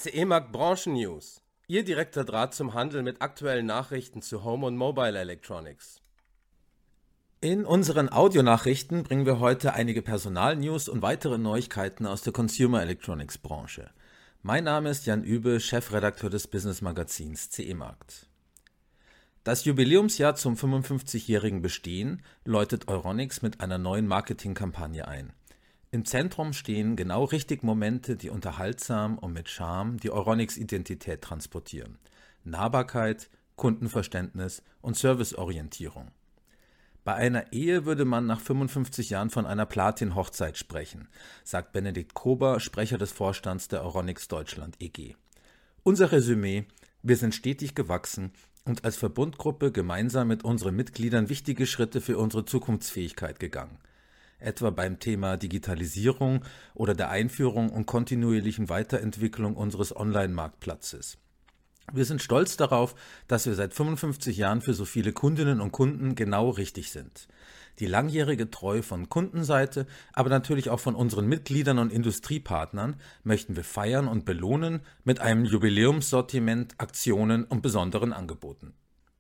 CE-Markt Branchen-News. Ihr direkter Draht zum Handel mit aktuellen Nachrichten zu Home und Mobile Electronics. In unseren Audionachrichten bringen wir heute einige Personal-News und weitere Neuigkeiten aus der Consumer Electronics Branche. Mein Name ist Jan Übe, Chefredakteur des Business-Magazins CE-Markt. Das Jubiläumsjahr zum 55-jährigen Bestehen läutet Euronics mit einer neuen Marketingkampagne ein. Im Zentrum stehen genau richtig Momente, die unterhaltsam und mit Charme die Euronics-Identität transportieren. Nahbarkeit, Kundenverständnis und Serviceorientierung. Bei einer Ehe würde man nach 55 Jahren von einer Platin-Hochzeit sprechen, sagt Benedikt Kober, Sprecher des Vorstands der Euronics Deutschland e.G. Unser Resümee: Wir sind stetig gewachsen und als Verbundgruppe gemeinsam mit unseren Mitgliedern wichtige Schritte für unsere Zukunftsfähigkeit gegangen. Etwa beim Thema Digitalisierung oder der Einführung und kontinuierlichen Weiterentwicklung unseres Online-Marktplatzes. Wir sind stolz darauf, dass wir seit 55 Jahren für so viele Kundinnen und Kunden genau richtig sind. Die langjährige Treue von Kundenseite, aber natürlich auch von unseren Mitgliedern und Industriepartnern möchten wir feiern und belohnen mit einem Jubiläumssortiment, Aktionen und besonderen Angeboten.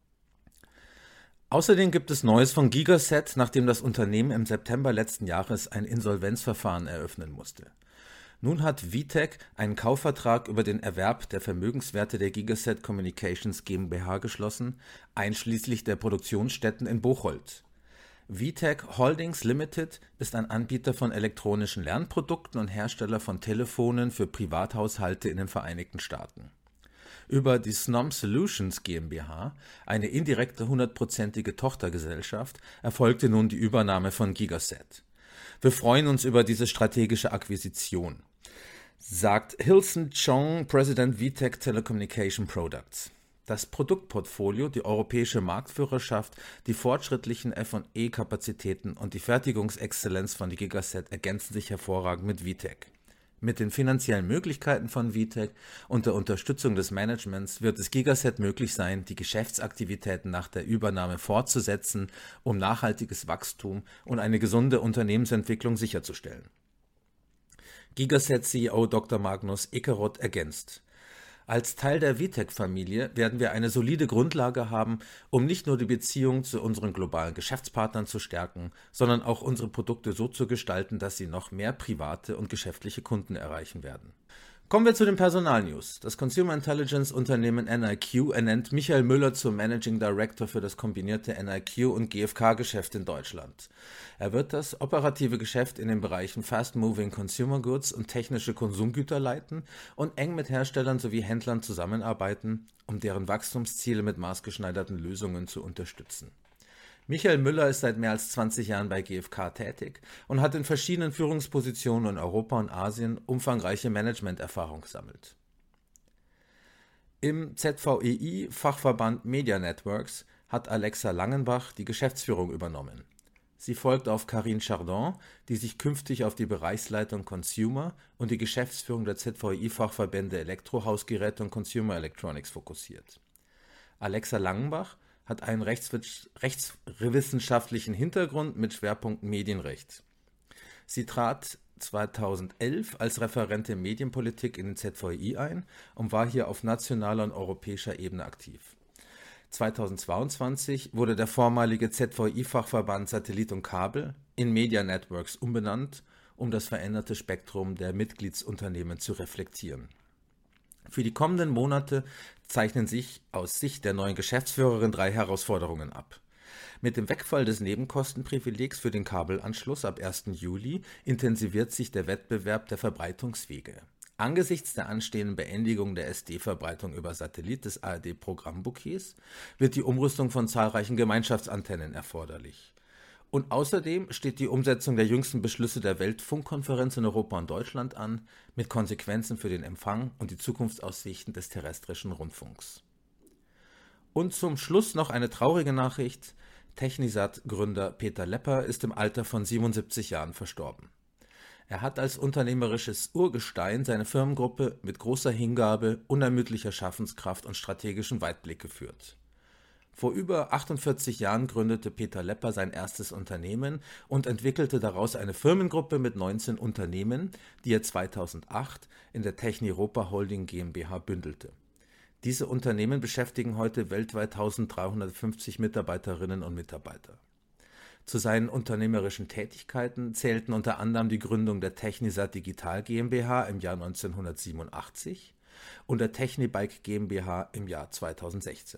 Außerdem gibt es Neues von Gigaset, nachdem das Unternehmen im September letzten Jahres ein Insolvenzverfahren eröffnen musste. Nun hat VTech einen Kaufvertrag über den Erwerb der Vermögenswerte der Gigaset Communications GmbH geschlossen, einschließlich der Produktionsstätten in Bocholt. VTech Holdings Limited ist ein Anbieter von elektronischen Lernprodukten und Hersteller von Telefonen für Privathaushalte in den Vereinigten Staaten. Über die Snom Solutions GmbH, eine indirekte 100%ige Tochtergesellschaft, erfolgte nun die Übernahme von Gigaset. Wir freuen uns über diese strategische Akquisition, sagt Hilson Chong, President VTech Telecommunication Products. Das Produktportfolio, die europäische Marktführerschaft, die fortschrittlichen F&E-Kapazitäten und die Fertigungsexzellenz von Gigaset ergänzen sich hervorragend mit VTech. Mit den finanziellen Möglichkeiten von VTech und der Unterstützung des Managements wird es Gigaset möglich sein, die Geschäftsaktivitäten nach der Übernahme fortzusetzen, um nachhaltiges Wachstum und eine gesunde Unternehmensentwicklung sicherzustellen. Gigaset-CEO Dr. Magnus Ekeroth ergänzt: Als Teil der VTech-Familie werden wir eine solide Grundlage haben, um nicht nur die Beziehung zu unseren globalen Geschäftspartnern zu stärken, sondern auch unsere Produkte so zu gestalten, dass sie noch mehr private und geschäftliche Kunden erreichen werden. Kommen wir zu den Personalnews. Das Consumer Intelligence Unternehmen NIQ ernennt Michael Müller zum Managing Director für das kombinierte NIQ und GfK-Geschäft in Deutschland. Er wird das operative Geschäft in den Bereichen Fast Moving Consumer Goods und technische Konsumgüter leiten und eng mit Herstellern sowie Händlern zusammenarbeiten, um deren Wachstumsziele mit maßgeschneiderten Lösungen zu unterstützen. Michael Müller ist seit mehr als 20 Jahren bei GfK tätig und hat in verschiedenen Führungspositionen in Europa und Asien umfangreiche Managementerfahrung gesammelt. Im ZVEI-Fachverband Media Networks hat Alexa Langenbach die Geschäftsführung übernommen. Sie folgt auf Karine Chardon, die sich künftig auf die Bereichsleitung Consumer und die Geschäftsführung der ZVEI-Fachverbände Elektrohausgeräte und Consumer Electronics fokussiert. Alexa Langenbach hat einen rechtswissenschaftlichen Hintergrund mit Schwerpunkt Medienrecht. Sie trat 2011 als Referentin Medienpolitik in den ZVEI ein und war hier auf nationaler und europäischer Ebene aktiv. 2022 wurde der vormalige ZVEI-Fachverband Satellit und Kabel in Media Networks umbenannt, um das veränderte Spektrum der Mitgliedsunternehmen zu reflektieren. Für die kommenden Monate zeichnen sich aus Sicht der neuen Geschäftsführerin 3 Herausforderungen ab. Mit dem Wegfall des Nebenkostenprivilegs für den Kabelanschluss ab 1. Juli intensiviert sich der Wettbewerb der Verbreitungswege. Angesichts der anstehenden Beendigung der SD-Verbreitung über Satellit des ARD-Programmbouquets wird die Umrüstung von zahlreichen Gemeinschaftsantennen erforderlich. Und außerdem steht die Umsetzung der jüngsten Beschlüsse der Weltfunkkonferenz in Europa und Deutschland an, mit Konsequenzen für den Empfang und die Zukunftsaussichten des terrestrischen Rundfunks. Und zum Schluss noch eine traurige Nachricht: Technisat-Gründer Peter Lepper ist im Alter von 77 Jahren verstorben. Er hat als unternehmerisches Urgestein seine Firmengruppe mit großer Hingabe, unermüdlicher Schaffenskraft und strategischem Weitblick geführt. Vor über 48 Jahren gründete Peter Lepper sein erstes Unternehmen und entwickelte daraus eine Firmengruppe mit 19 Unternehmen, die er 2008 in der Techniropa Holding GmbH bündelte. Diese Unternehmen beschäftigen heute weltweit 1350 Mitarbeiterinnen und Mitarbeiter. Zu seinen unternehmerischen Tätigkeiten zählten unter anderem die Gründung der Technisat Digital GmbH im Jahr 1987 und der Technibike GmbH im Jahr 2016.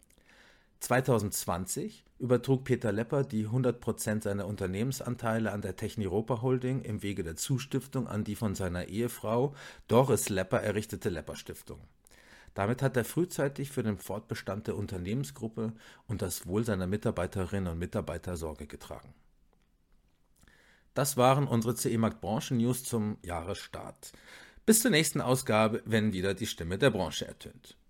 2020 übertrug Peter Lepper die 100% seiner Unternehmensanteile an der Techniropa Holding im Wege der Zustiftung an die von seiner Ehefrau Doris Lepper errichtete Lepper Stiftung. Damit hat er frühzeitig für den Fortbestand der Unternehmensgruppe und das Wohl seiner Mitarbeiterinnen und Mitarbeiter Sorge getragen. Das waren unsere CE Markt Branchen News zum Jahresstart. Bis zur nächsten Ausgabe, wenn wieder die Stimme der Branche ertönt.